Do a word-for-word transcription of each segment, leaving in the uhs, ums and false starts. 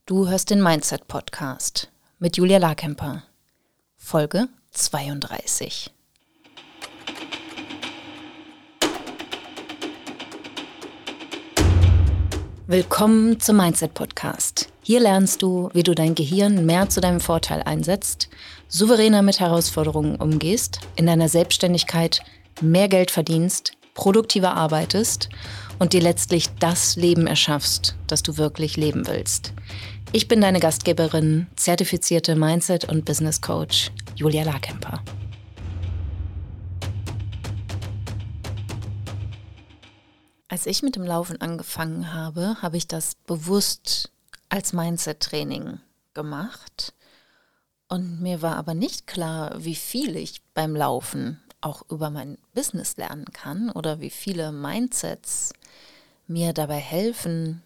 Du hörst den Mindset-Podcast mit Julia Larkemper, Folge zweiunddreißig. Willkommen zum Mindset-Podcast. Hier lernst du, wie du dein Gehirn mehr zu deinem Vorteil einsetzt, souveräner mit Herausforderungen umgehst, in deiner Selbstständigkeit mehr Geld verdienst, produktiver arbeitest und dir letztlich das Leben erschaffst, das du wirklich leben willst. Ich bin deine Gastgeberin, zertifizierte Mindset- und Business Coach Julia Larkemper. Als ich mit dem Laufen angefangen habe, habe ich das bewusst als Mindset-Training gemacht. Und mir war aber nicht klar, wie viel ich beim Laufen auch über mein Business lernen kann oder wie viele Mindsets mir dabei helfen,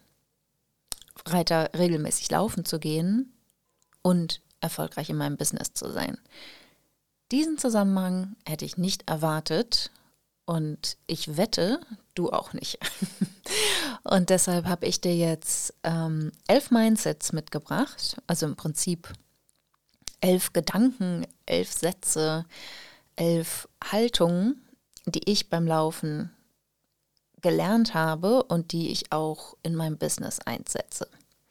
weiter regelmäßig laufen zu gehen und erfolgreich in meinem Business zu sein. Diesen Zusammenhang hätte ich nicht erwartet und ich wette, du auch nicht. Und deshalb habe ich dir jetzt ähm, elf Mindsets mitgebracht, also im Prinzip elf Gedanken, elf Sätze, elf Haltungen, die ich beim Laufen gelernt habe und die ich auch in meinem Business einsetze.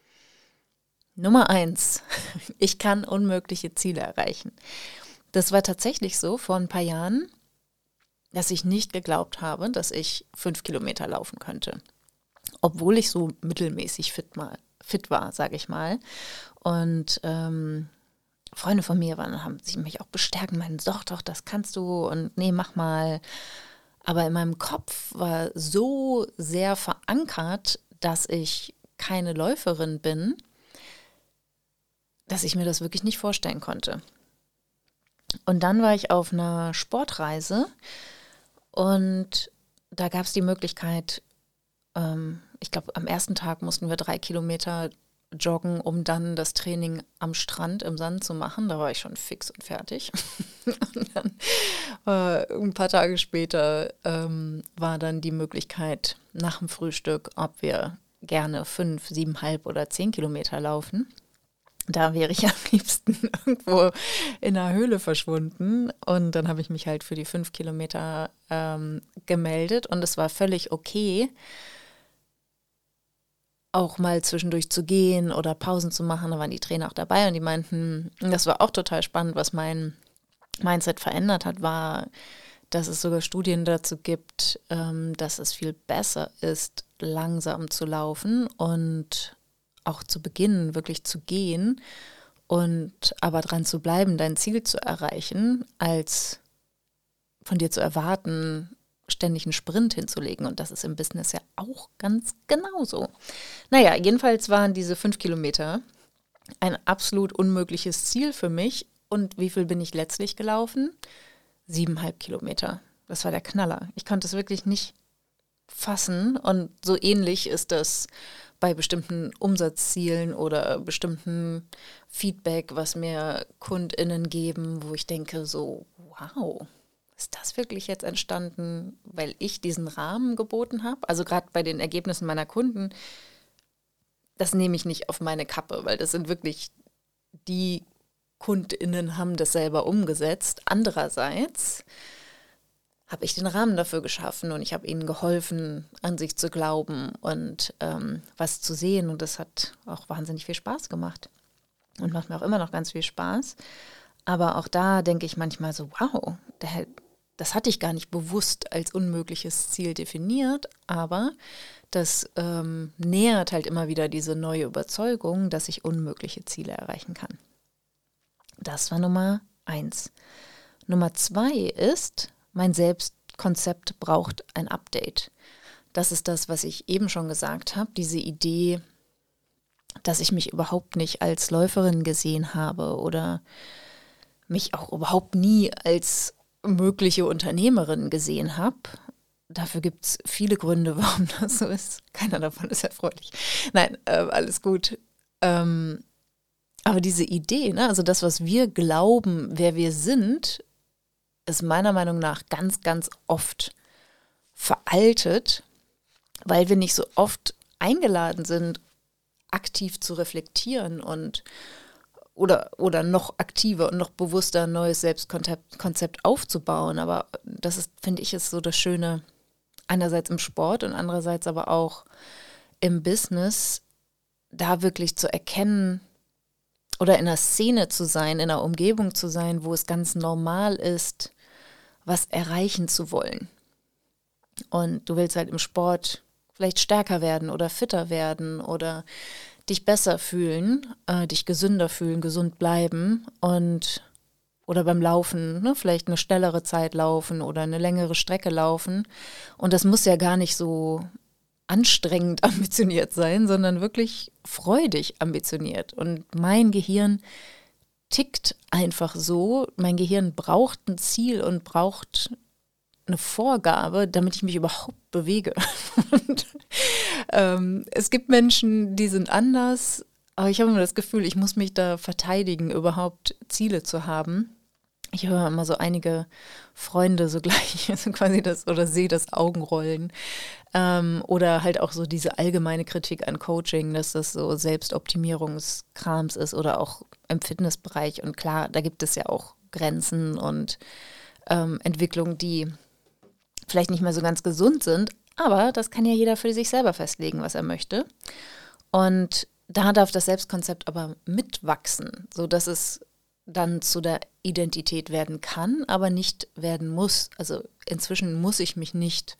Nummer eins, ich kann unmögliche Ziele erreichen. Das war tatsächlich so vor ein paar Jahren, dass ich nicht geglaubt habe, dass ich fünf Kilometer laufen könnte. Obwohl ich so mittelmäßig fit, mal, fit war, sage ich mal. Und ähm, Freunde von mir waren, haben sich mich auch bestärkt und meinten, doch, doch, das kannst du und nee, mach mal. Aber in meinem Kopf war so sehr verankert, dass ich keine Läuferin bin, dass ich mir das wirklich nicht vorstellen konnte. Und dann war ich auf einer Sportreise und da gab es die Möglichkeit, ähm, ich glaube, am ersten Tag mussten wir drei Kilometer joggen, um dann das Training am Strand im Sand zu machen. Da war ich schon fix und fertig. Und dann, äh, ein paar Tage später ähm, war dann die Möglichkeit nach dem Frühstück, ob wir gerne fünf, siebeneinhalb oder zehn Kilometer laufen. Da wäre ich am liebsten irgendwo in einer Höhle verschwunden. Und dann habe ich mich halt für die fünf Kilometer ähm, gemeldet. Und es war völlig okay, auch mal zwischendurch zu gehen oder Pausen zu machen. Da waren die Trainer auch dabei und die meinten, das war auch total spannend, was mein Mindset verändert hat, war, dass es sogar Studien dazu gibt, ähm, dass es viel besser ist, langsam zu laufen und auch zu beginnen, wirklich zu gehen und aber dran zu bleiben, dein Ziel zu erreichen, als von dir zu erwarten, ständig einen Sprint hinzulegen. Und das ist im Business ja auch ganz genauso. Naja, jedenfalls waren diese fünf Kilometer ein absolut unmögliches Ziel für mich. Und wie viel bin ich letztlich gelaufen? Siebeneinhalb Kilometer. Das war der Knaller. Ich konnte es wirklich nicht fassen. Und so ähnlich ist das bei bestimmten Umsatzzielen oder bestimmten Feedback, was mir KundInnen geben, wo ich denke so, wow, ist das wirklich jetzt entstanden, weil ich diesen Rahmen geboten habe? Also gerade bei den Ergebnissen meiner Kunden, das nehme ich nicht auf meine Kappe, weil das sind wirklich, die KundInnen haben das selber umgesetzt. Andererseits habe ich den Rahmen dafür geschaffen und ich habe ihnen geholfen, an sich zu glauben und ähm, was zu sehen. Und das hat auch wahnsinnig viel Spaß gemacht und macht mir auch immer noch ganz viel Spaß. Aber auch da denke ich manchmal so, wow, der das hatte ich gar nicht bewusst als unmögliches Ziel definiert, aber das ähm, nährt halt immer wieder diese neue Überzeugung, dass ich unmögliche Ziele erreichen kann. Das war Nummer eins. Nummer zwei ist, mein Selbstkonzept braucht ein Update. Das ist das, was ich eben schon gesagt habe, diese Idee, dass ich mich überhaupt nicht als Läuferin gesehen habe oder mich auch überhaupt nie als mögliche Unternehmerin gesehen habe. Dafür gibt es viele Gründe, warum das so ist. Keiner davon ist erfreulich. Nein, äh, alles gut. Ähm, aber diese Idee, ne, also das, was wir glauben, wer wir sind, ist meiner Meinung nach ganz, ganz oft veraltet, weil wir nicht so oft eingeladen sind, aktiv zu reflektieren und oder, oder noch aktiver und noch bewusster ein neues Selbstkonzept Konzept aufzubauen. Aber das ist, finde ich, ist so das Schöne, einerseits im Sport und andererseits aber auch im Business, da wirklich zu erkennen oder in einer Szene zu sein, in einer Umgebung zu sein, wo es ganz normal ist, was erreichen zu wollen. Und du willst halt im Sport vielleicht stärker werden oder fitter werden oder dich besser fühlen, äh, dich gesünder fühlen, gesund bleiben und oder beim Laufen, ne, vielleicht eine schnellere Zeit laufen oder eine längere Strecke laufen. Und das muss ja gar nicht so anstrengend ambitioniert sein, sondern wirklich freudig ambitioniert. Und mein Gehirn tickt einfach so. Mein Gehirn braucht ein Ziel und braucht eine Vorgabe, damit ich mich überhaupt bewege. Und, ähm, es gibt Menschen, die sind anders, aber ich habe immer das Gefühl, ich muss mich da verteidigen, überhaupt Ziele zu haben. Ich höre immer so einige Freunde so gleich, also quasi das oder sehe das Augenrollen ähm, oder halt auch so diese allgemeine Kritik an Coaching, dass das so Selbstoptimierungskrams ist oder auch im Fitnessbereich. Und klar, da gibt es ja auch Grenzen und ähm, Entwicklungen, die vielleicht nicht mehr so ganz gesund sind, aber das kann ja jeder für sich selber festlegen, was er möchte. Und da darf das Selbstkonzept aber mitwachsen, sodass es dann zu der Identität werden kann, aber nicht werden muss. Also inzwischen muss ich mich nicht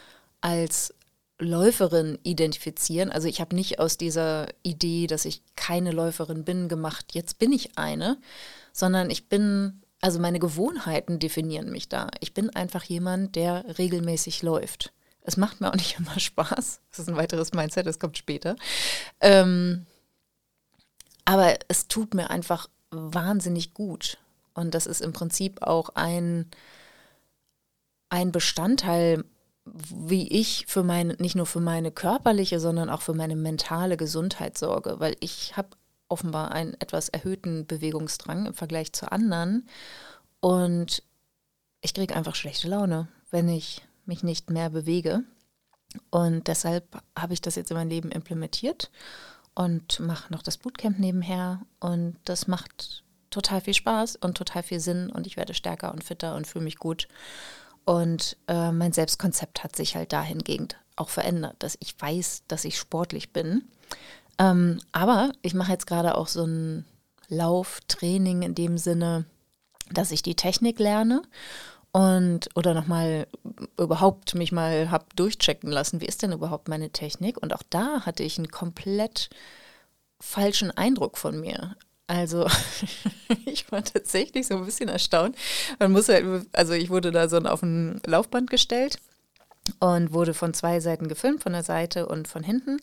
als Läuferin identifizieren. Also ich habe nicht aus dieser Idee, dass ich keine Läuferin bin, gemacht, jetzt bin ich eine, sondern ich bin, also meine Gewohnheiten definieren mich da. Ich bin einfach jemand, der regelmäßig läuft. Es macht mir auch nicht immer Spaß. Das ist ein weiteres Mindset, das kommt später. Ähm, aber es tut mir einfach wahnsinnig gut. Und das ist im Prinzip auch ein, ein Bestandteil, wie ich für meine, nicht nur für meine körperliche, sondern auch für meine mentale Gesundheit sorge. Weil ich habe offenbar einen etwas erhöhten Bewegungsdrang im Vergleich zu anderen. Und ich kriege einfach schlechte Laune, wenn ich mich nicht mehr bewege. Und deshalb habe ich das jetzt in mein Leben implementiert und mache noch das Bootcamp nebenher. Und das macht total viel Spaß und total viel Sinn. Und ich werde stärker und fitter und fühle mich gut. Und äh, mein Selbstkonzept hat sich halt dahingehend auch verändert, dass ich weiß, dass ich sportlich bin. Ähm, aber ich mache jetzt gerade auch so ein Lauftraining in dem Sinne, dass ich die Technik lerne und oder nochmal überhaupt mich mal habe durchchecken lassen, wie ist denn überhaupt meine Technik? Und auch da hatte ich einen komplett falschen Eindruck von mir. Also ich war tatsächlich so ein bisschen erstaunt. Man muss halt, also ich wurde da so auf ein Laufband gestellt und wurde von zwei Seiten gefilmt, von der Seite und von hinten,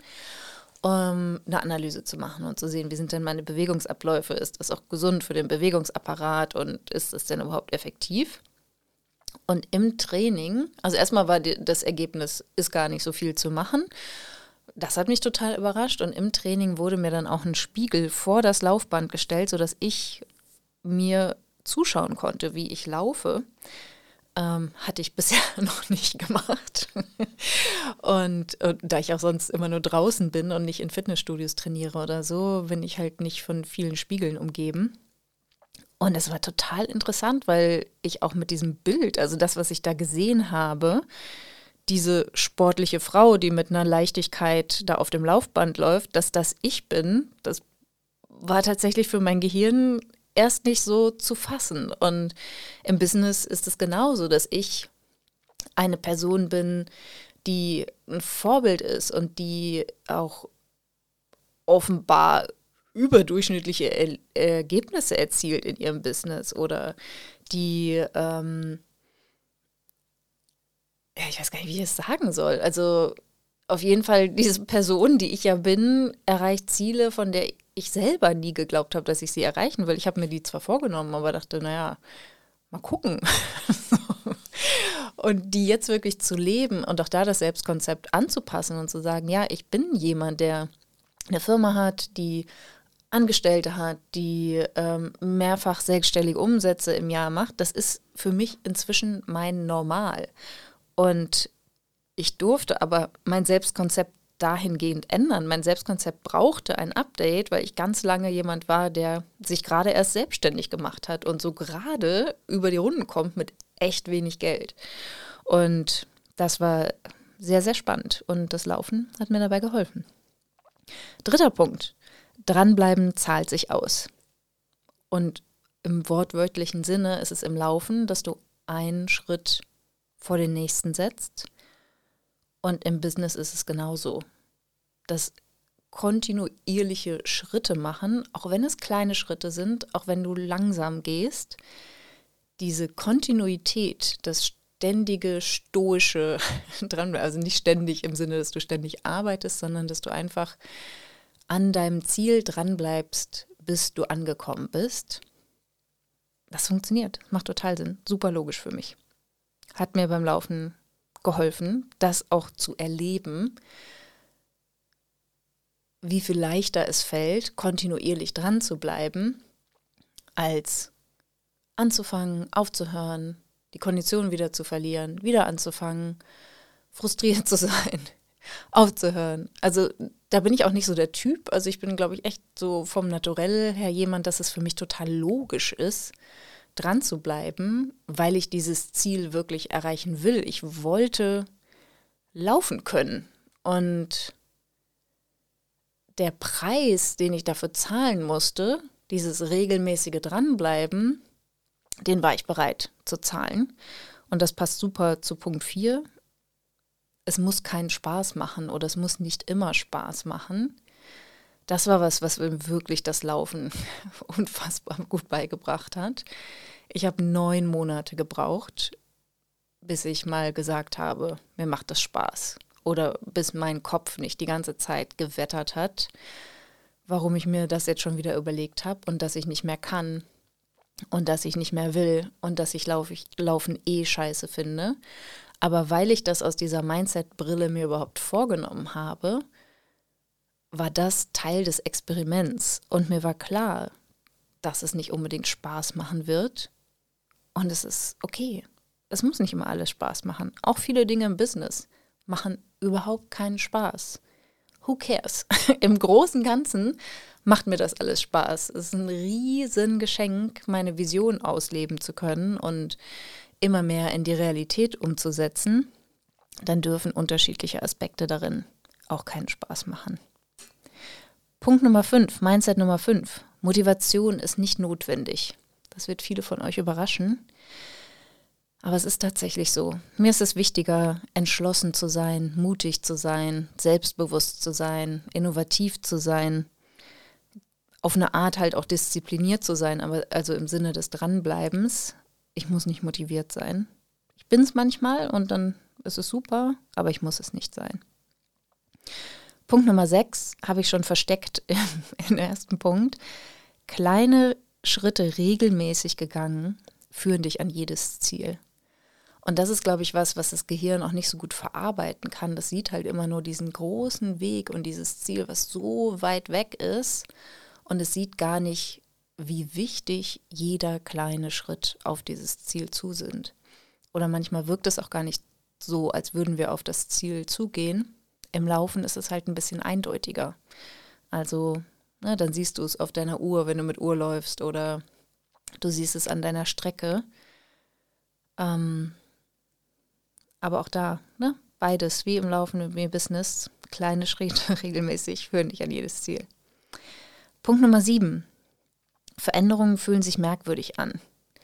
um eine Analyse zu machen und zu sehen, wie sind denn meine Bewegungsabläufe, ist das auch gesund für den Bewegungsapparat und ist es denn überhaupt effektiv? Und im Training, also erstmal war die, das Ergebnis, ist gar nicht so viel zu machen. Das hat mich total überrascht und im Training wurde mir dann auch ein Spiegel vor das Laufband gestellt, sodass ich mir zuschauen konnte, wie ich laufe. Ähm, hatte ich bisher noch nicht gemacht. und, und da ich auch sonst immer nur draußen bin und nicht in Fitnessstudios trainiere oder so, bin ich halt nicht von vielen Spiegeln umgeben. Und es war total interessant, weil ich auch mit diesem Bild, also das, was ich da gesehen habe, diese sportliche Frau, die mit einer Leichtigkeit da auf dem Laufband läuft, dass das ich bin, das war tatsächlich für mein Gehirn erst nicht so zu fassen. Und im Business ist es genauso, dass ich eine Person bin, die ein Vorbild ist und die auch offenbar überdurchschnittliche er- Ergebnisse erzielt in ihrem Business oder die, ähm, ja, ich weiß gar nicht, wie ich es sagen soll. Also auf jeden Fall diese Person, die ich ja bin, erreicht Ziele, von der ich selber nie geglaubt habe, dass ich sie erreichen will. Ich habe mir die zwar vorgenommen, aber dachte, naja, mal gucken. Und die jetzt wirklich zu leben und auch da das Selbstkonzept anzupassen und zu sagen, ja, ich bin jemand, der eine Firma hat, die Angestellte hat, die ähm, mehrfach sechsstellige Umsätze im Jahr macht, das ist für mich inzwischen mein Normal. Und ich durfte aber mein Selbstkonzept dahingehend ändern. Mein Selbstkonzept brauchte ein Update, weil ich ganz lange jemand war, der sich gerade erst selbstständig gemacht hat und so gerade über die Runden kommt mit echt wenig Geld. Und das war sehr, sehr spannend und das Laufen hat mir dabei geholfen. Dritter Punkt. Dranbleiben zahlt sich aus. Und im wortwörtlichen Sinne ist es im Laufen, dass du einen Schritt vor den nächsten setzt. Und im Business ist es genauso. Das kontinuierliche Schritte machen, auch wenn es kleine Schritte sind, auch wenn du langsam gehst, diese Kontinuität, das ständige, stoische dranbleiben, also nicht ständig im Sinne, dass du ständig arbeitest, sondern dass du einfach an deinem Ziel dranbleibst, bis du angekommen bist. Das funktioniert, macht total Sinn, super logisch für mich. Hat mir beim Laufen geholfen, das auch zu erleben, wie viel leichter es fällt, kontinuierlich dran zu bleiben, als anzufangen, aufzuhören, die Kondition wieder zu verlieren, wieder anzufangen, frustriert zu sein, aufzuhören. Also da bin ich auch nicht so der Typ. Also ich bin, glaube ich, echt so vom Naturell her jemand, dass es für mich total logisch ist, dran zu bleiben, weil ich dieses Ziel wirklich erreichen will. Ich wollte laufen können. Und der Preis, den ich dafür zahlen musste, dieses regelmäßige Dranbleiben, den war ich bereit zu zahlen. Und das passt super zu Punkt vier. Es muss keinen Spaß machen oder es muss nicht immer Spaß machen. Das war was, was mir wirklich das Laufen unfassbar gut beigebracht hat. Ich habe neun Monate gebraucht, bis ich mal gesagt habe, mir macht das Spaß. Oder bis mein Kopf nicht die ganze Zeit gewettert hat, warum ich mir das jetzt schon wieder überlegt habe und dass ich nicht mehr kann und dass ich nicht mehr will und dass ich Lauf, ich Laufen eh scheiße finde. Aber weil ich das aus dieser Mindset-Brille mir überhaupt vorgenommen habe, war das Teil des Experiments. Und mir war klar, dass es nicht unbedingt Spaß machen wird. Und es ist okay. Es muss nicht immer alles Spaß machen. Auch viele Dinge im Business machen überhaupt keinen Spaß. Who cares? Im großen und Ganzen macht mir das alles Spaß. Es ist ein riesen Geschenk, meine Vision ausleben zu können und immer mehr in die Realität umzusetzen. Dann dürfen unterschiedliche Aspekte darin auch keinen Spaß machen. Punkt Nummer fünf, Mindset Nummer fünf. Motivation ist nicht notwendig. Das wird viele von euch überraschen. Aber es ist tatsächlich so. Mir ist es wichtiger, entschlossen zu sein, mutig zu sein, selbstbewusst zu sein, innovativ zu sein, auf eine Art halt auch diszipliniert zu sein, aber also im Sinne des Dranbleibens. Ich muss nicht motiviert sein. Ich bin es manchmal und dann ist es super, aber ich muss es nicht sein. Punkt Nummer sechs habe ich schon versteckt im, im ersten Punkt. Kleine Schritte regelmäßig gegangen führen dich an jedes Ziel. Und das ist, glaube ich, was, was das Gehirn auch nicht so gut verarbeiten kann. Das sieht halt immer nur diesen großen Weg und dieses Ziel, was so weit weg ist. Und es sieht gar nicht, wie wichtig jeder kleine Schritt auf dieses Ziel zu sind. Oder manchmal wirkt es auch gar nicht so, als würden wir auf das Ziel zugehen. Im Laufen ist es halt ein bisschen eindeutiger. Also, ne, dann siehst du es auf deiner Uhr, wenn du mit Uhr läufst, oder du siehst es an deiner Strecke. Ähm, aber auch da, ne, beides, wie im Laufen, wie im Business, kleine Schritte regelmäßig führen dich an jedes Ziel. Punkt Nummer sieben. Veränderungen fühlen sich merkwürdig an.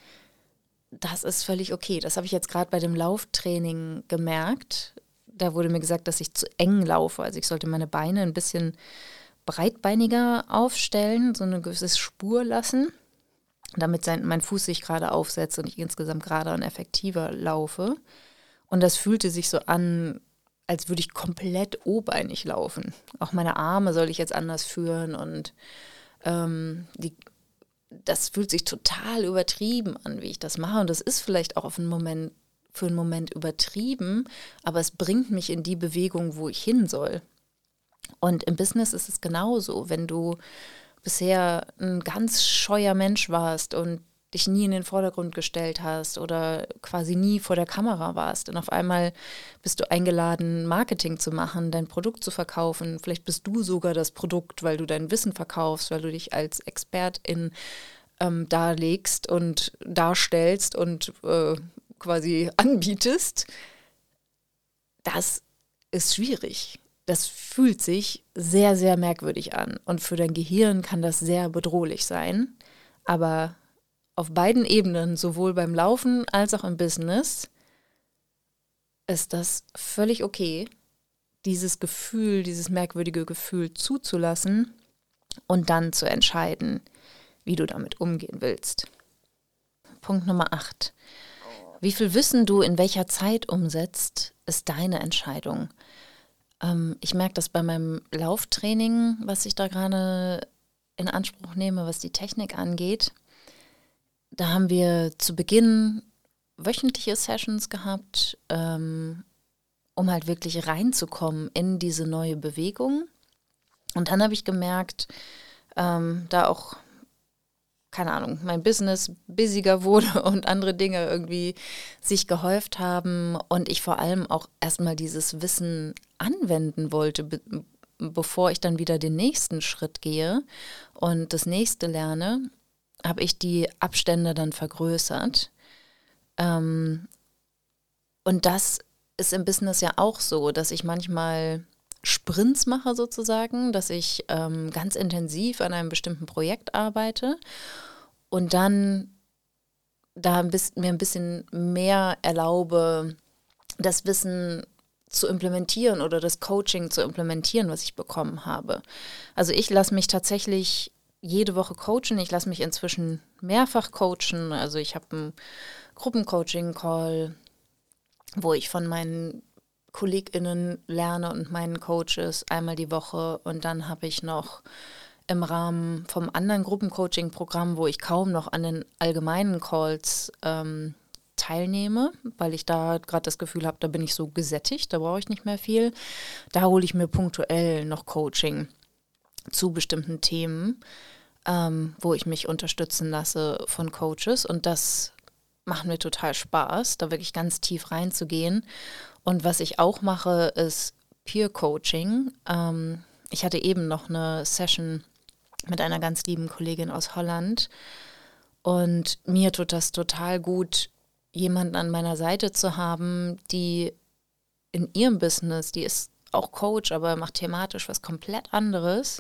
Das ist völlig okay. Das habe ich jetzt gerade bei dem Lauftraining gemerkt. Da wurde mir gesagt, dass ich zu eng laufe. Also ich sollte meine Beine ein bisschen breitbeiniger aufstellen, so eine gewisse Spur lassen, damit sein, mein Fuß sich gerade aufsetzt und ich insgesamt gerade und effektiver laufe. Und das fühlte sich so an, als würde ich komplett obeinig laufen. Auch meine Arme soll ich jetzt anders führen und ähm, die das fühlt sich total übertrieben an, wie ich das mache. Und das ist vielleicht auch auf einen Moment, für einen Moment übertrieben, aber es bringt mich in die Bewegung, wo ich hin soll. Und im Business ist es genauso. Wenn du bisher ein ganz scheuer Mensch warst und dich nie in den Vordergrund gestellt hast oder quasi nie vor der Kamera warst. Und auf einmal bist du eingeladen, Marketing zu machen, dein Produkt zu verkaufen. Vielleicht bist du sogar das Produkt, weil du dein Wissen verkaufst, weil du dich als Expertin ähm, darlegst und darstellst und äh, quasi anbietest. Das ist schwierig. Das fühlt sich sehr, sehr merkwürdig an. Und für dein Gehirn kann das sehr bedrohlich sein. Aber auf beiden Ebenen, sowohl beim Laufen als auch im Business, ist das völlig okay, dieses Gefühl, dieses merkwürdige Gefühl zuzulassen und dann zu entscheiden, wie du damit umgehen willst. Punkt Nummer acht. Wie viel Wissen du in welcher Zeit umsetzt, ist deine Entscheidung. Ähm, ich merke das bei meinem Lauftraining, was ich da gerade in Anspruch nehme, was die Technik angeht. Da haben wir zu Beginn wöchentliche Sessions gehabt, ähm, um halt wirklich reinzukommen in diese neue Bewegung. Und dann habe ich gemerkt, ähm, da auch, keine Ahnung, mein Business busiger wurde und andere Dinge irgendwie sich gehäuft haben und ich vor allem auch erstmal dieses Wissen anwenden wollte, be- bevor ich dann wieder den nächsten Schritt gehe und das nächste lerne, habe ich die Abstände dann vergrößert. Ähm, und das ist im Business ja auch so, dass ich manchmal Sprints mache sozusagen, dass ich ähm, ganz intensiv an einem bestimmten Projekt arbeite und dann da ein bisschen, mir ein bisschen mehr erlaube, das Wissen zu implementieren oder das Coaching zu implementieren, was ich bekommen habe. Also ich lasse mich tatsächlich jede Woche coachen. Ich lasse mich inzwischen mehrfach coachen. Also ich habe einen Gruppencoaching-Call, wo ich von meinen KollegInnen lerne und meinen Coaches einmal die Woche. Und dann habe ich noch im Rahmen vom anderen Gruppencoaching-Programm, wo ich kaum noch an den allgemeinen Calls ähm, teilnehme, weil ich da gerade das Gefühl habe, da bin ich so gesättigt, da brauche ich nicht mehr viel. Da hole ich mir punktuell noch Coaching zu bestimmten Themen, ähm, wo ich mich unterstützen lasse von Coaches. Und das macht mir total Spaß, da wirklich ganz tief reinzugehen. Und was ich auch mache, ist Peer-Coaching. Ähm, ich hatte eben noch eine Session mit einer ganz lieben Kollegin aus Holland. Und mir tut das total gut, jemanden an meiner Seite zu haben, die in ihrem Business, die ist auch Coach, aber macht thematisch was komplett anderes,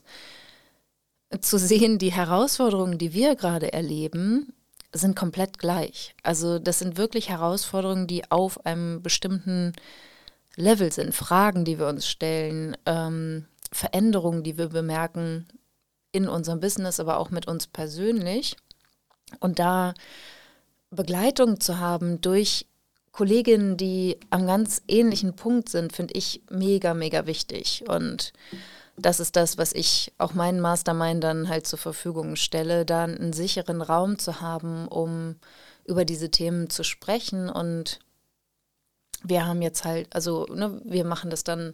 zu sehen, die Herausforderungen, die wir gerade erleben, sind komplett gleich. Also das sind wirklich Herausforderungen, die auf einem bestimmten Level sind, Fragen, die wir uns stellen, ähm, Veränderungen, die wir bemerken in unserem Business, aber auch mit uns persönlich. Und da Begleitung zu haben durch Kolleginnen, die am ganz ähnlichen Punkt sind, finde ich mega, mega wichtig. Und das ist das, was ich auch meinen Mastermindern halt zur Verfügung stelle, da einen sicheren Raum zu haben, um über diese Themen zu sprechen. Und wir haben jetzt halt, also ne, wir machen das dann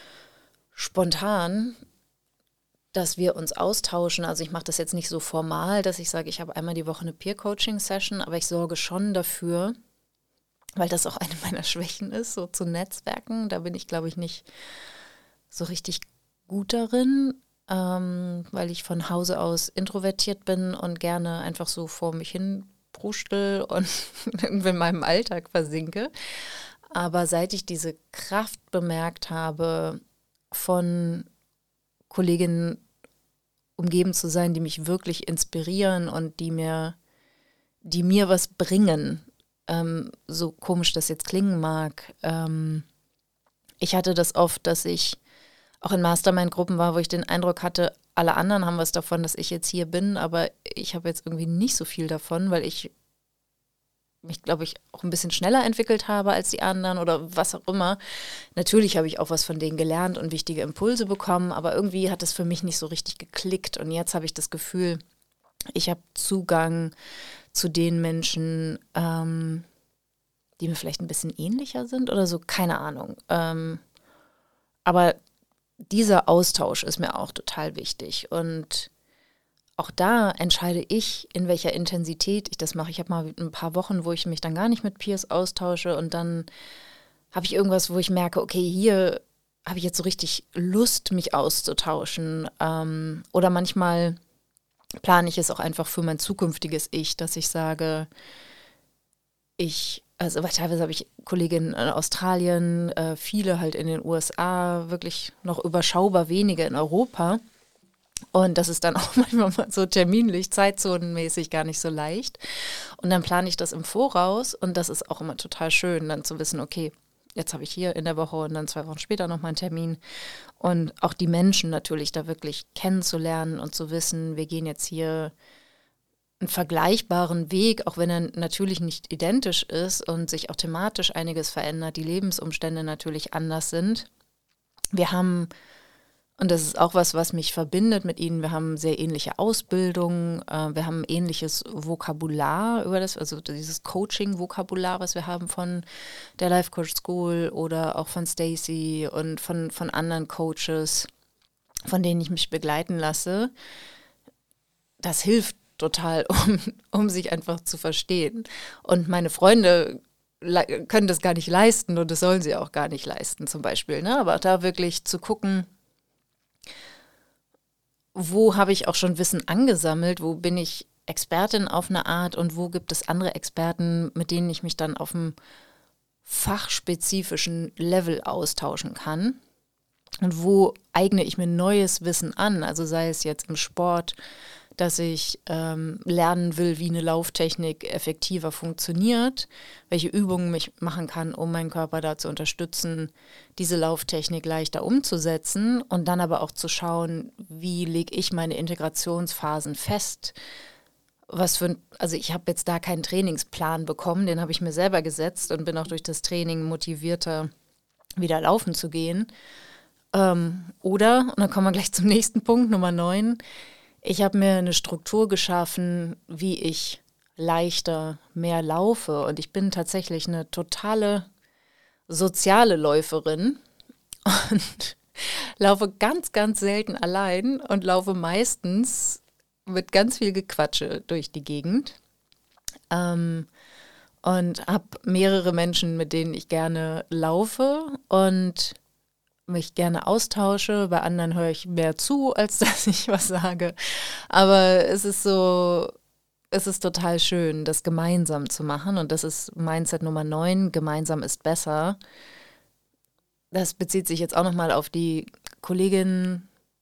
spontan, dass wir uns austauschen. Also ich mache das jetzt nicht so formal, dass ich sage, ich habe einmal die Woche eine Peer-Coaching-Session, aber ich sorge schon dafür, weil das auch eine meiner Schwächen ist, so zu netzwerken. Da bin ich, glaube ich, nicht so richtig gut darin, ähm, weil ich von Hause aus introvertiert bin und gerne einfach so vor mich hin bruschtel und in meinem Alltag versinke. Aber seit ich diese Kraft bemerkt habe, von Kolleginnen umgeben zu sein, die mich wirklich inspirieren und die mir, die mir was bringen, ähm, so komisch das jetzt klingen mag. Ähm, ich hatte das oft, dass ich auch in Mastermind-Gruppen war, wo ich den Eindruck hatte, alle anderen haben was davon, dass ich jetzt hier bin, aber ich habe jetzt irgendwie nicht so viel davon, weil ich mich, glaube ich, auch ein bisschen schneller entwickelt habe als die anderen oder was auch immer. Natürlich habe ich auch was von denen gelernt und wichtige Impulse bekommen, aber irgendwie hat es für mich nicht so richtig geklickt. Und jetzt habe ich das Gefühl, ich habe Zugang zu den Menschen, ähm, die mir vielleicht ein bisschen ähnlicher sind oder so, keine Ahnung. Ähm, aber dieser Austausch ist mir auch total wichtig. Und auch da entscheide ich, in welcher Intensität ich das mache. Ich habe mal ein paar Wochen, wo ich mich dann gar nicht mit Peers austausche und dann habe ich irgendwas, wo ich merke, okay, hier habe ich jetzt so richtig Lust, mich auszutauschen. Ähm, oder manchmal plane ich es auch einfach für mein zukünftiges Ich, dass ich sage, ich, also weil teilweise habe ich Kolleginnen in Australien, äh, viele halt in den U S A, wirklich noch überschaubar wenige in Europa. Und das ist dann auch manchmal mal so terminlich, zeitzonenmäßig gar nicht so leicht. Und dann plane ich das im Voraus und das ist auch immer total schön, dann zu wissen, okay, jetzt habe ich hier in der Woche und dann zwei Wochen später nochmal einen Termin. Und auch die Menschen natürlich da wirklich kennenzulernen und zu wissen, wir gehen jetzt hier einen vergleichbaren Weg, auch wenn er natürlich nicht identisch ist und sich auch thematisch einiges verändert, die Lebensumstände natürlich anders sind. Wir haben, und das ist auch was, was mich verbindet mit ihnen, wir haben sehr ähnliche Ausbildungen, äh, wir haben ein ähnliches Vokabular über das, also dieses Coaching-Vokabular, was wir haben von der Life Coach School oder auch von Stacey und von, von anderen Coaches, von denen ich mich begleiten lasse. Das hilft total, um, um sich einfach zu verstehen. Und meine Freunde le- können das gar nicht leisten und das sollen sie auch gar nicht leisten zum Beispiel. Ne? Aber da wirklich zu gucken, wo habe ich auch schon Wissen angesammelt, wo bin ich Expertin auf eine Art und wo gibt es andere Experten, mit denen ich mich dann auf einem fachspezifischen Level austauschen kann. Und wo eigne ich mir neues Wissen an, also sei es jetzt im Sport, dass ich ähm, lernen will, wie eine Lauftechnik effektiver funktioniert, welche Übungen ich machen kann, um meinen Körper da zu unterstützen, diese Lauftechnik leichter umzusetzen und dann aber auch zu schauen, wie lege ich meine Integrationsphasen fest. Was für ein, also ich habe jetzt da keinen Trainingsplan bekommen, den habe ich mir selber gesetzt und bin auch durch das Training motivierter, wieder laufen zu gehen. Ähm, oder, und dann kommen wir gleich zum nächsten Punkt, Nummer neun, ich habe mir eine Struktur geschaffen, wie ich leichter mehr laufe. Und ich bin tatsächlich eine totale soziale Läuferin und laufe ganz, ganz selten allein und laufe meistens mit ganz viel Gequatsche durch die Gegend. Ähm, und habe mehrere Menschen, mit denen ich gerne laufe und mich gerne austausche. Bei anderen höre ich mehr zu, als dass ich was sage. Aber es ist so, es ist total schön, das gemeinsam zu machen. Und das ist Mindset Nummer neun, gemeinsam ist besser. Das bezieht sich jetzt auch nochmal auf die Kolleginnen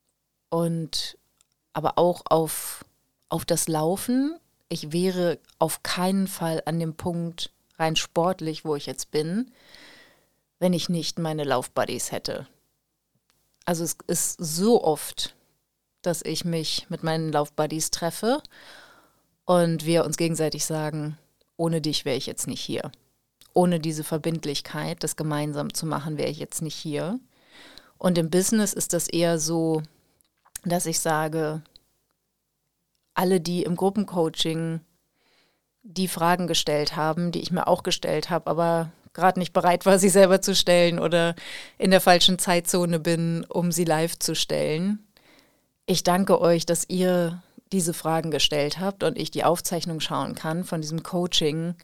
und aber auch auf, auf das Laufen. Ich wäre auf keinen Fall an dem Punkt rein sportlich, wo ich jetzt bin, wenn ich nicht meine Laufbuddies hätte. Also es ist so oft, dass ich mich mit meinen Laufbuddies treffe und wir uns gegenseitig sagen, ohne dich wäre ich jetzt nicht hier. Ohne diese Verbindlichkeit, das gemeinsam zu machen, wäre ich jetzt nicht hier. Und im Business ist das eher so, dass ich sage, alle, die im Gruppencoaching die Fragen gestellt haben, die ich mir auch gestellt habe, aber gerade nicht bereit war, sie selber zu stellen oder in der falschen Zeitzone bin, um sie live zu stellen. Ich danke euch, dass ihr diese Fragen gestellt habt und ich die Aufzeichnung schauen kann von diesem Coaching,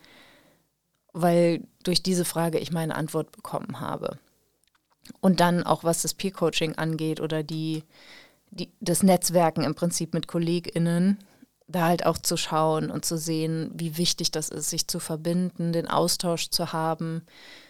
weil durch diese Frage ich meine Antwort bekommen habe. Und dann auch, was das Peer-Coaching angeht oder die, die, das Netzwerken im Prinzip mit KollegInnen, da halt auch zu schauen und zu sehen, wie wichtig das ist, sich zu verbinden, den Austausch zu haben.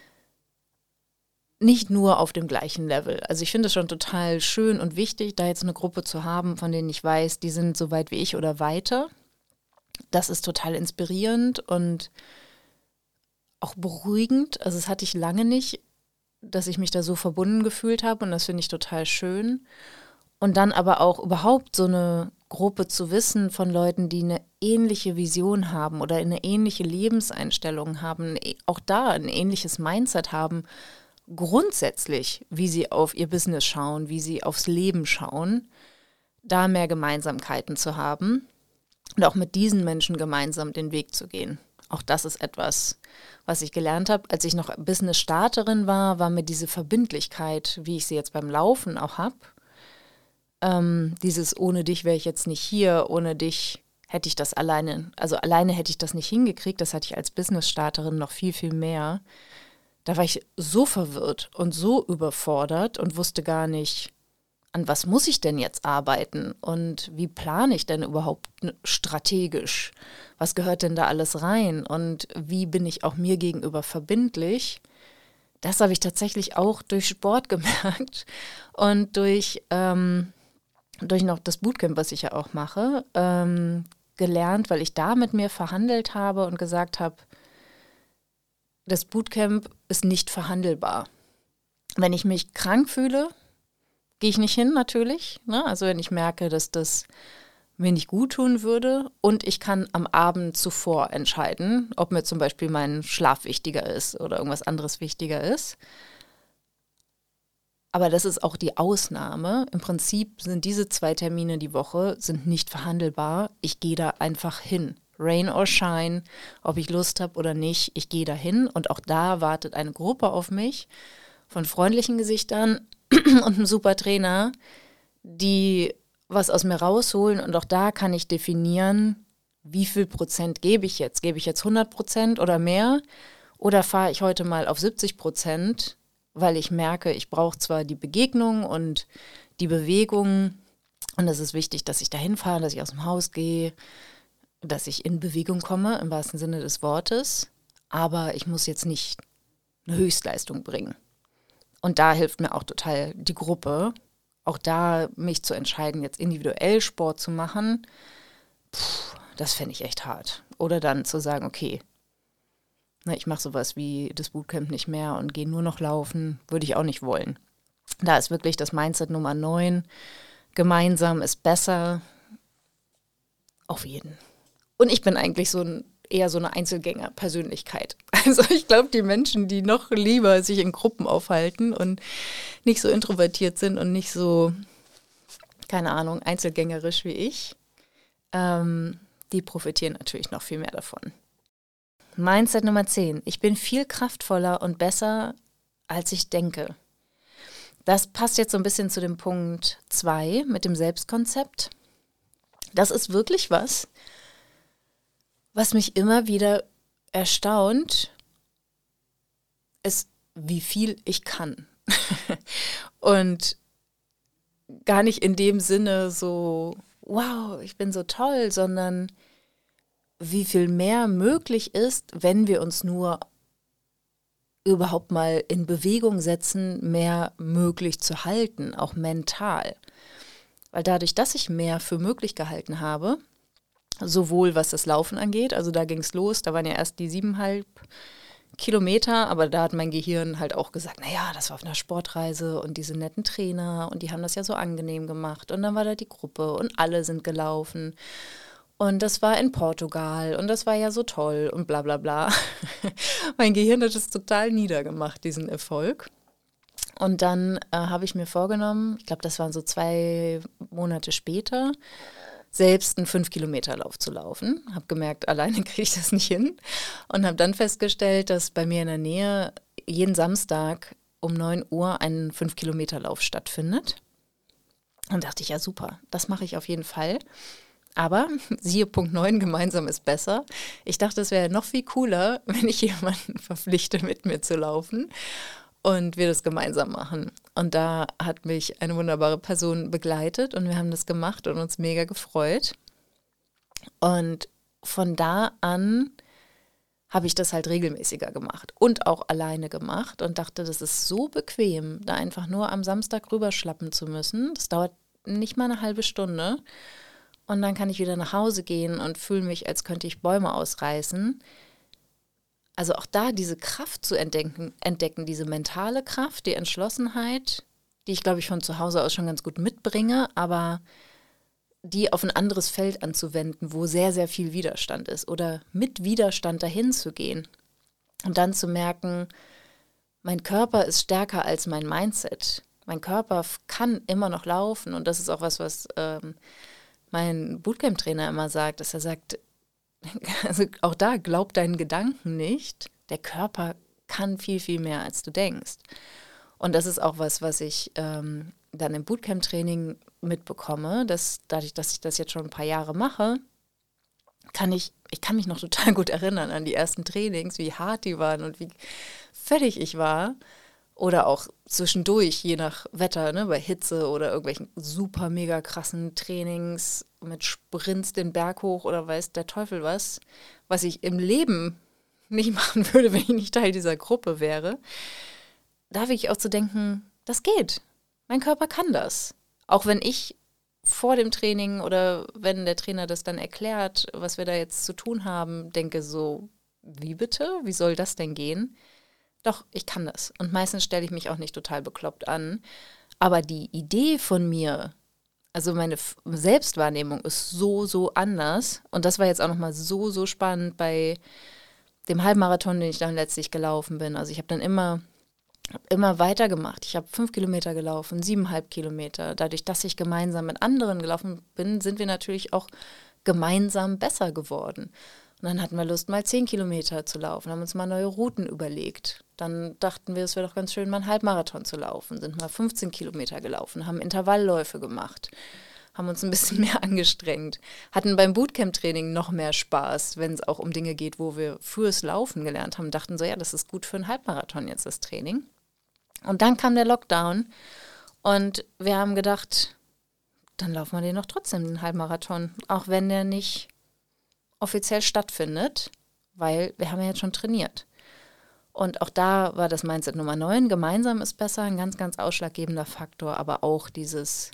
Nicht nur auf dem gleichen Level. Also ich finde es schon total schön und wichtig, da jetzt eine Gruppe zu haben, von denen ich weiß, die sind so weit wie ich oder weiter. Das ist total inspirierend und auch beruhigend. Also das hatte ich lange nicht, dass ich mich da so verbunden gefühlt habe und das finde ich total schön. Und dann aber auch überhaupt so eine Gruppe zu wissen von Leuten, die eine ähnliche Vision haben oder eine ähnliche Lebenseinstellung haben, auch da ein ähnliches Mindset haben, grundsätzlich, wie sie auf ihr Business schauen, wie sie aufs Leben schauen, da mehr Gemeinsamkeiten zu haben und auch mit diesen Menschen gemeinsam den Weg zu gehen. Auch das ist etwas, was ich gelernt habe. Als ich noch Business-Starterin war, war mir diese Verbindlichkeit, wie ich sie jetzt beim Laufen auch habe, Ähm, dieses ohne dich wäre ich jetzt nicht hier, ohne dich hätte ich das alleine, also alleine hätte ich das nicht hingekriegt, das hatte ich als Business-Starterin noch viel, viel mehr. Da war ich so verwirrt und so überfordert und wusste gar nicht, an was muss ich denn jetzt arbeiten und wie plane ich denn überhaupt strategisch? Was gehört denn da alles rein und wie bin ich auch mir gegenüber verbindlich? Das habe ich tatsächlich auch durch Sport gemerkt und durch, ähm, durch noch das Bootcamp, was ich ja auch mache, ähm, gelernt, weil ich da mit mir verhandelt habe und gesagt habe, das Bootcamp ist nicht verhandelbar. Wenn ich mich krank fühle, gehe ich nicht hin natürlich. Ne? Also wenn ich merke, dass das mir nicht gut tun würde und ich kann am Abend zuvor entscheiden, ob mir zum Beispiel mein Schlaf wichtiger ist oder irgendwas anderes wichtiger ist. Aber das ist auch die Ausnahme. Im Prinzip sind diese zwei Termine die Woche sind nicht verhandelbar. Ich gehe da einfach hin. Rain or shine, ob ich Lust habe oder nicht, ich gehe da hin. Und auch da wartet eine Gruppe auf mich von freundlichen Gesichtern und einem super Trainer, die was aus mir rausholen. Und auch da kann ich definieren, wie viel Prozent gebe ich jetzt. Gebe ich jetzt hundert Prozent oder mehr? Oder fahre ich heute mal auf siebzig Prozent, weil ich merke, ich brauche zwar die Begegnung und die Bewegung. Und es ist wichtig, dass ich dahin fahre, dass ich aus dem Haus gehe, dass ich in Bewegung komme, im wahrsten Sinne des Wortes. Aber ich muss jetzt nicht eine Höchstleistung bringen. Und da hilft mir auch total die Gruppe, auch da mich zu entscheiden, jetzt individuell Sport zu machen, puh, das fände ich echt hart. Oder dann zu sagen, okay, na, ich mache sowas wie das Bootcamp nicht mehr und gehe nur noch laufen, würde ich auch nicht wollen. Da ist wirklich das Mindset Nummer neun, gemeinsam ist besser, auf jeden. Und ich bin eigentlich so ein eher so eine Einzelgänger-Persönlichkeit. Also ich glaube, die Menschen, die noch lieber sich in Gruppen aufhalten und nicht so introvertiert sind und nicht so, keine Ahnung, einzelgängerisch wie ich, ähm, die profitieren natürlich noch viel mehr davon. Mindset Nummer zehn. Ich bin viel kraftvoller und besser, als ich denke. Das passt jetzt so ein bisschen zu dem Punkt zwei mit dem Selbstkonzept. Das ist wirklich was, was mich immer wieder erstaunt, ist, wie viel ich kann. Und gar nicht in dem Sinne so, wow, ich bin so toll, sondern wie viel mehr möglich ist, wenn wir uns nur überhaupt mal in Bewegung setzen, mehr möglich zu halten, auch mental. Weil dadurch, dass ich mehr für möglich gehalten habe, sowohl was das Laufen angeht, also da ging es los, da waren ja erst die siebeneinhalb Kilometer, aber da hat mein Gehirn halt auch gesagt, naja, das war auf einer Sportreise und diese netten Trainer und die haben das ja so angenehm gemacht und dann war da die Gruppe und alle sind gelaufen und das war in Portugal und das war ja so toll und bla bla bla. Mein Gehirn hat es total niedergemacht, diesen Erfolg. Und dann äh, habe ich mir vorgenommen, ich glaube, das waren so zwei Monate später, selbst einen fünf-Kilometer-Lauf zu laufen. Habe gemerkt, alleine kriege ich das nicht hin. Und habe dann festgestellt, dass bei mir in der Nähe jeden Samstag um neun Uhr ein fünf-Kilometer-Lauf stattfindet. Und dachte ich, ja super, das mache ich auf jeden Fall. Aber siehe Punkt neun, gemeinsam ist besser. Ich dachte, es wäre noch viel cooler, wenn ich jemanden verpflichte, mit mir zu laufen. Und wir das gemeinsam machen. Und da hat mich eine wunderbare Person begleitet und wir haben das gemacht und uns mega gefreut. Und von da an habe ich das halt regelmäßiger gemacht und auch alleine gemacht und dachte, das ist so bequem, da einfach nur am Samstag rüberschlappen zu müssen. Das dauert nicht mal eine halbe Stunde. Und dann kann ich wieder nach Hause gehen und fühle mich, als könnte ich Bäume ausreißen. Also auch da diese Kraft zu entdecken, entdecken, diese mentale Kraft, die Entschlossenheit, die ich, glaube ich, von zu Hause aus schon ganz gut mitbringe, aber die auf ein anderes Feld anzuwenden, wo sehr, sehr viel Widerstand ist oder mit Widerstand dahin zu gehen und dann zu merken, mein Körper ist stärker als mein Mindset. Mein Körper kann immer noch laufen und das ist auch was, was ähm, mein Bootcamp-Trainer immer sagt, dass er sagt, also auch da, glaub deinen Gedanken nicht. Der Körper kann viel, viel mehr, als du denkst. Und das ist auch was, was ich ähm, dann im Bootcamp-Training mitbekomme, dass dadurch, dass ich das jetzt schon ein paar Jahre mache, kann ich, ich kann mich noch total gut erinnern an die ersten Trainings, wie hart die waren und wie fertig ich war. Oder auch zwischendurch, je nach Wetter, ne, bei Hitze oder irgendwelchen super mega krassen Trainings mit Sprints den Berg hoch oder weiß der Teufel was, was ich im Leben nicht machen würde, wenn ich nicht Teil dieser Gruppe wäre. Da wirklich auch zu denken, das geht. Mein Körper kann das. Auch wenn ich vor dem Training oder wenn der Trainer das dann erklärt, was wir da jetzt zu tun haben, denke so, wie bitte? Wie soll das denn gehen? Doch, ich kann das. Und meistens stelle ich mich auch nicht total bekloppt an. Aber die Idee von mir, also meine F- Selbstwahrnehmung ist so, so anders. Und das war jetzt auch nochmal so, so spannend bei dem Halbmarathon, den ich dann letztlich gelaufen bin. Also ich habe dann immer, hab immer weitergemacht. Ich habe fünf Kilometer gelaufen, siebeneinhalb Kilometer. Dadurch, dass ich gemeinsam mit anderen gelaufen bin, sind wir natürlich auch gemeinsam besser geworden. Und dann hatten wir Lust, mal zehn Kilometer zu laufen, haben uns mal neue Routen überlegt. Dann dachten wir, es wäre doch ganz schön, mal einen Halbmarathon zu laufen, sind mal fünfzehn Kilometer gelaufen, haben Intervallläufe gemacht, haben uns ein bisschen mehr angestrengt, hatten beim Bootcamp-Training noch mehr Spaß, wenn es auch um Dinge geht, wo wir fürs Laufen gelernt haben, dachten so, ja, das ist gut für einen Halbmarathon jetzt, das Training. Und dann kam der Lockdown und wir haben gedacht, dann laufen wir den doch trotzdem, den Halbmarathon, auch wenn der nicht offiziell stattfindet, weil wir haben ja jetzt schon trainiert. Und auch da war das Mindset Nummer neun, gemeinsam ist besser, ein ganz, ganz ausschlaggebender Faktor, aber auch dieses,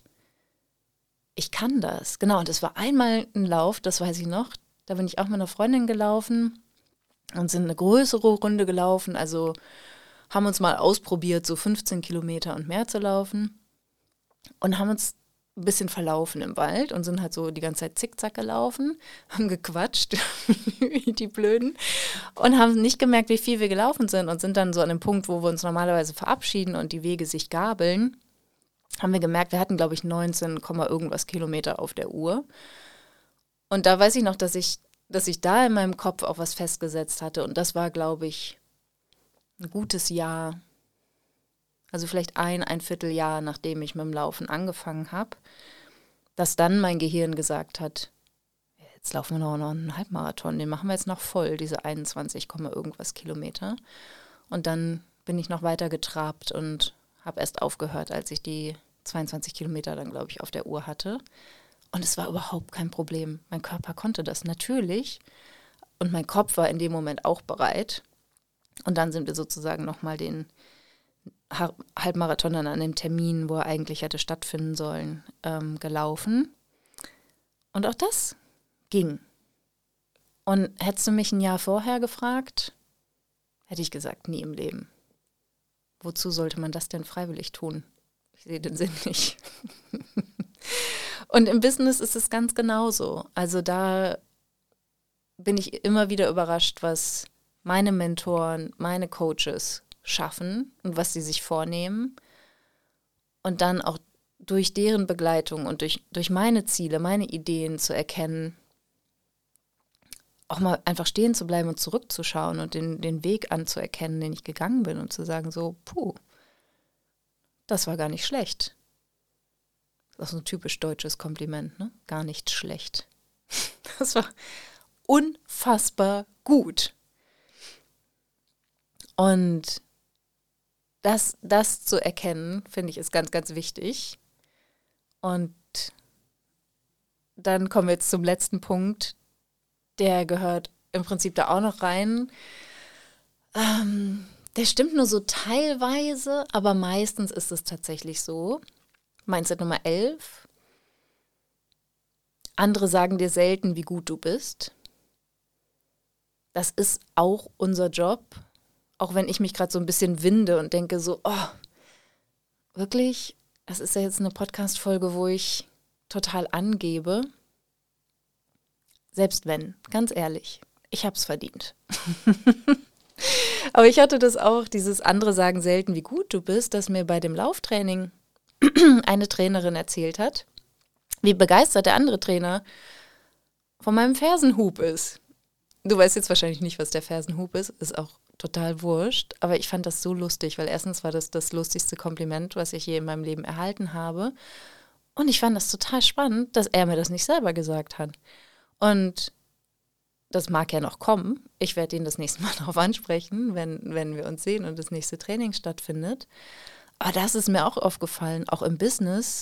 ich kann das. Genau, und es war einmal ein Lauf, das weiß ich noch, da bin ich auch mit einer Freundin gelaufen und sind eine größere Runde gelaufen, also haben uns mal ausprobiert, so fünfzehn Kilometer und mehr zu laufen und haben uns ein bisschen verlaufen im Wald und sind halt so die ganze Zeit zickzack gelaufen, haben gequatscht, wie die Blöden, und haben nicht gemerkt, wie viel wir gelaufen sind und sind dann so an dem Punkt, wo wir uns normalerweise verabschieden und die Wege sich gabeln, haben wir gemerkt, wir hatten, glaube ich, neunzehn, irgendwas Kilometer auf der Uhr. Und da weiß ich noch, dass ich, dass ich da in meinem Kopf auch was festgesetzt hatte und das war, glaube ich, ein gutes Jahr. Also vielleicht ein, ein Vierteljahr, nachdem ich mit dem Laufen angefangen habe, dass dann mein Gehirn gesagt hat, jetzt laufen wir noch, noch einen Halbmarathon, den machen wir jetzt noch voll, diese einundzwanzig, irgendwas Kilometer. Und dann bin ich noch weiter getrabt und habe erst aufgehört, als ich die zweiundzwanzig Kilometer dann, glaube ich, auf der Uhr hatte. Und es war überhaupt kein Problem. Mein Körper konnte das natürlich und mein Kopf war in dem Moment auch bereit. Und dann sind wir sozusagen nochmal den Halbmarathon dann an dem Termin, wo er eigentlich hätte stattfinden sollen, ähm, gelaufen. Und auch das ging. Und hättest du mich ein Jahr vorher gefragt, hätte ich gesagt, nie im Leben. Wozu sollte man das denn freiwillig tun? Ich sehe den Sinn nicht. Und im Business ist es ganz genauso. Also da bin ich immer wieder überrascht, was meine Mentoren, meine Coaches schaffen und was sie sich vornehmen und dann auch durch deren Begleitung und durch, durch meine Ziele, meine Ideen zu erkennen, auch mal einfach stehen zu bleiben und zurückzuschauen und den, den Weg anzuerkennen, den ich gegangen bin und zu sagen so, puh, das war gar nicht schlecht. Das ist so ein typisch deutsches Kompliment, ne? Gar nicht schlecht. Das war unfassbar gut. Und Das, das zu erkennen, finde ich, ist ganz, ganz wichtig. Und dann kommen wir jetzt zum letzten Punkt. Der gehört im Prinzip da auch noch rein. Ähm, der stimmt nur so teilweise, aber meistens ist es tatsächlich so. Mindset Nummer elf. Andere sagen dir selten, wie gut du bist. Das ist auch unser Job. Auch wenn ich mich gerade so ein bisschen winde und denke so, oh, wirklich? Das ist ja jetzt eine Podcast-Folge, wo ich total angebe. Selbst wenn, ganz ehrlich, ich habe es verdient. Aber ich hatte das auch, dieses andere sagen selten, wie gut du bist, dass mir bei dem Lauftraining eine Trainerin erzählt hat, wie begeistert der andere Trainer von meinem Fersenhub ist. Du weißt jetzt wahrscheinlich nicht, was der Fersenhub ist, ist auch total wurscht, aber ich fand das so lustig, weil erstens war das das lustigste Kompliment, was ich je in meinem Leben erhalten habe Und ich fand das total spannend, dass er mir das nicht selber gesagt hat. Und das mag ja noch kommen. Ich werde ihn das nächste Mal darauf ansprechen, wenn, wenn wir uns sehen und das nächste Training stattfindet. Aber das ist mir auch aufgefallen, auch im Business.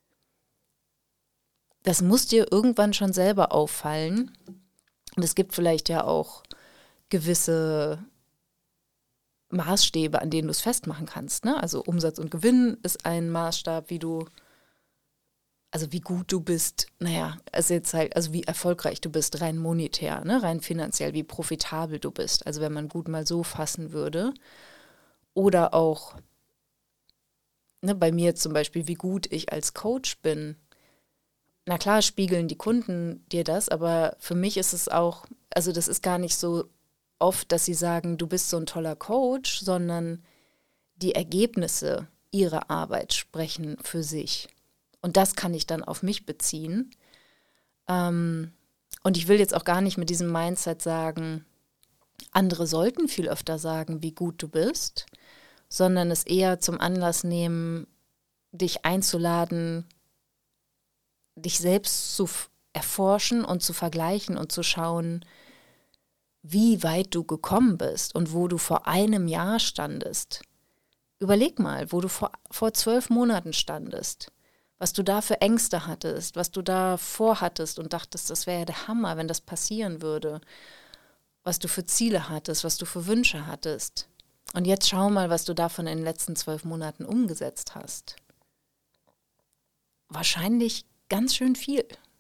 Das muss dir irgendwann schon selber auffallen. Und es gibt vielleicht ja auch gewisse Maßstäbe, an denen du es festmachen kannst. Ne? Also Umsatz und Gewinn ist ein Maßstab, wie du, also wie gut du bist, naja, also jetzt halt, also wie erfolgreich du bist, rein monetär, ne? Rein finanziell, wie profitabel du bist. Also wenn man gut mal so fassen würde. Oder auch, ne, bei mir zum Beispiel, wie gut ich als Coach bin. Na klar, spiegeln die Kunden dir das, aber für mich ist es auch, also das ist gar nicht so oft, dass sie sagen, du bist so ein toller Coach, sondern die Ergebnisse ihrer Arbeit sprechen für sich. Und das kann ich dann auf mich beziehen. Ähm, und ich will jetzt auch gar nicht mit diesem Mindset sagen, andere sollten viel öfter sagen, wie gut du bist, sondern es eher zum Anlass nehmen, dich einzuladen, dich selbst zu erforschen und zu vergleichen und zu schauen, wie weit du gekommen bist und wo du vor einem Jahr standest. Überleg mal, wo du vor, vor zwölf Monaten standest, was du da für Ängste hattest, was du da vorhattest und dachtest, das wäre ja der Hammer, wenn das passieren würde, was du für Ziele hattest, was du für Wünsche hattest. Und jetzt schau mal, was du davon in den letzten zwölf Monaten umgesetzt hast. Wahrscheinlich ganz schön viel.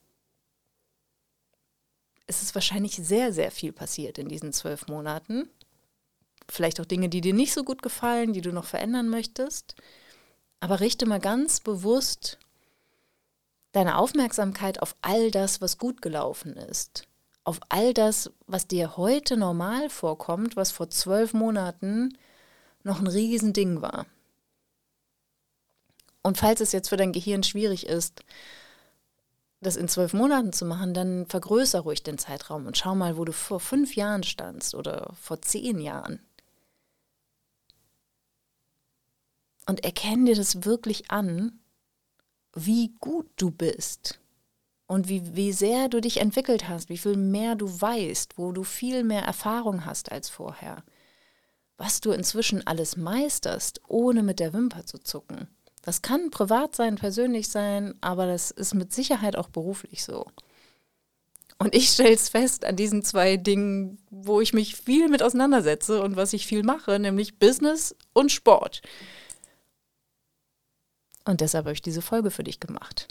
Es ist wahrscheinlich sehr, sehr viel passiert in diesen zwölf Monaten. Vielleicht auch Dinge, die dir nicht so gut gefallen, die du noch verändern möchtest. Aber richte mal ganz bewusst deine Aufmerksamkeit auf all das, was gut gelaufen ist. Auf all das, was dir heute normal vorkommt, was vor zwölf Monaten noch ein Riesending war. Und falls es jetzt für dein Gehirn schwierig ist, das in zwölf Monaten zu machen, dann vergrößer ruhig den Zeitraum und schau mal, wo du vor fünf Jahren standst oder vor zehn Jahren. Und erkenn dir das wirklich an, wie gut du bist und wie, wie sehr du dich entwickelt hast, wie viel mehr du weißt, wo du viel mehr Erfahrung hast als vorher. Was du inzwischen alles meisterst, ohne mit der Wimper zu zucken. Das kann privat sein, persönlich sein, aber das ist mit Sicherheit auch beruflich so. Und ich stelle es fest an diesen zwei Dingen, wo ich mich viel mit auseinandersetze und was ich viel mache, nämlich Business und Sport. Und deshalb habe ich diese Folge für dich gemacht.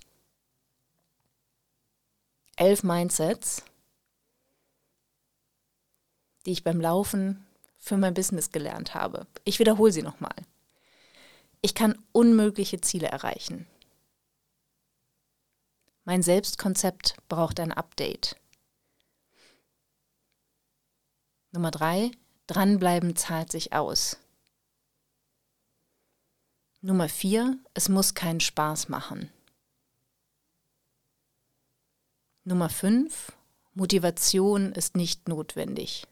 Elf Mindsets, die ich beim Laufen für mein Business gelernt habe. Ich wiederhole sie nochmal. Ich kann unmögliche Ziele erreichen. Mein Selbstkonzept braucht ein Update. Nummer drei, dranbleiben zahlt sich aus. Nummer vier, es muss keinen Spaß machen. Nummer fünf, Motivation ist nicht notwendig.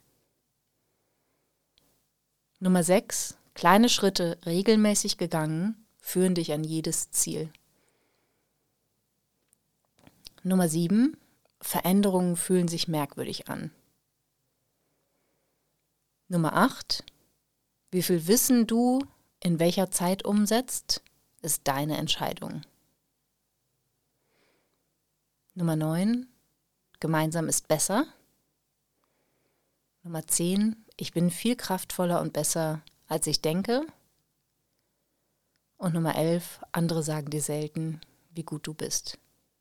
Nummer sechs, kleine Schritte regelmäßig gegangen führen dich an jedes Ziel. Nummer sieben, Veränderungen fühlen sich merkwürdig an. Nummer acht, wie viel Wissen du in welcher Zeit umsetzt, ist deine Entscheidung. Nummer neun, gemeinsam ist besser. Nummer zehn, ich bin viel kraftvoller und besser, als ich denke. Und Nummer elf, andere sagen dir selten, wie gut du bist.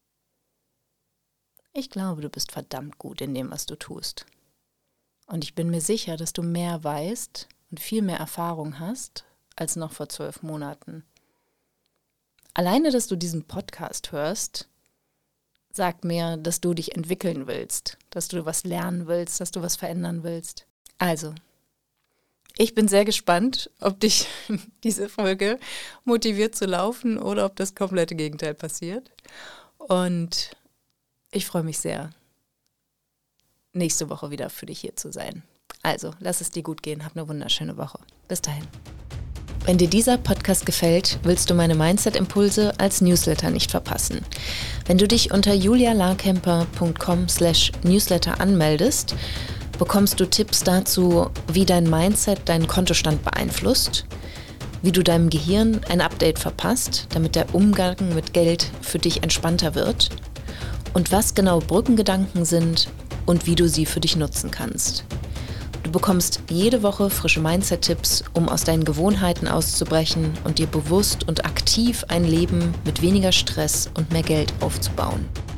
Ich glaube, du bist verdammt gut in dem, was du tust. Und ich bin mir sicher, dass du mehr weißt und viel mehr Erfahrung hast, als noch vor zwölf Monaten. Alleine, dass du diesen Podcast hörst, sagt mir, dass du dich entwickeln willst, dass du was lernen willst, dass du was verändern willst. Also, ich bin sehr gespannt, ob dich diese Folge motiviert zu laufen oder ob das komplette Gegenteil passiert. Und ich freue mich sehr, nächste Woche wieder für dich hier zu sein. Also, lass es dir gut gehen, hab eine wunderschöne Woche. Bis dahin. Wenn dir dieser Podcast gefällt, willst du meine Mindset-Impulse als Newsletter nicht verpassen. Wenn du dich unter julialarkemper punkt com slash newsletter anmeldest, bekommst du Tipps dazu, wie dein Mindset deinen Kontostand beeinflusst, wie du deinem Gehirn ein Update verpasst, damit der Umgang mit Geld für dich entspannter wird und was genau Brückengedanken sind und wie du sie für dich nutzen kannst. Du bekommst jede Woche frische Mindset-Tipps, um aus deinen Gewohnheiten auszubrechen und dir bewusst und aktiv ein Leben mit weniger Stress und mehr Geld aufzubauen.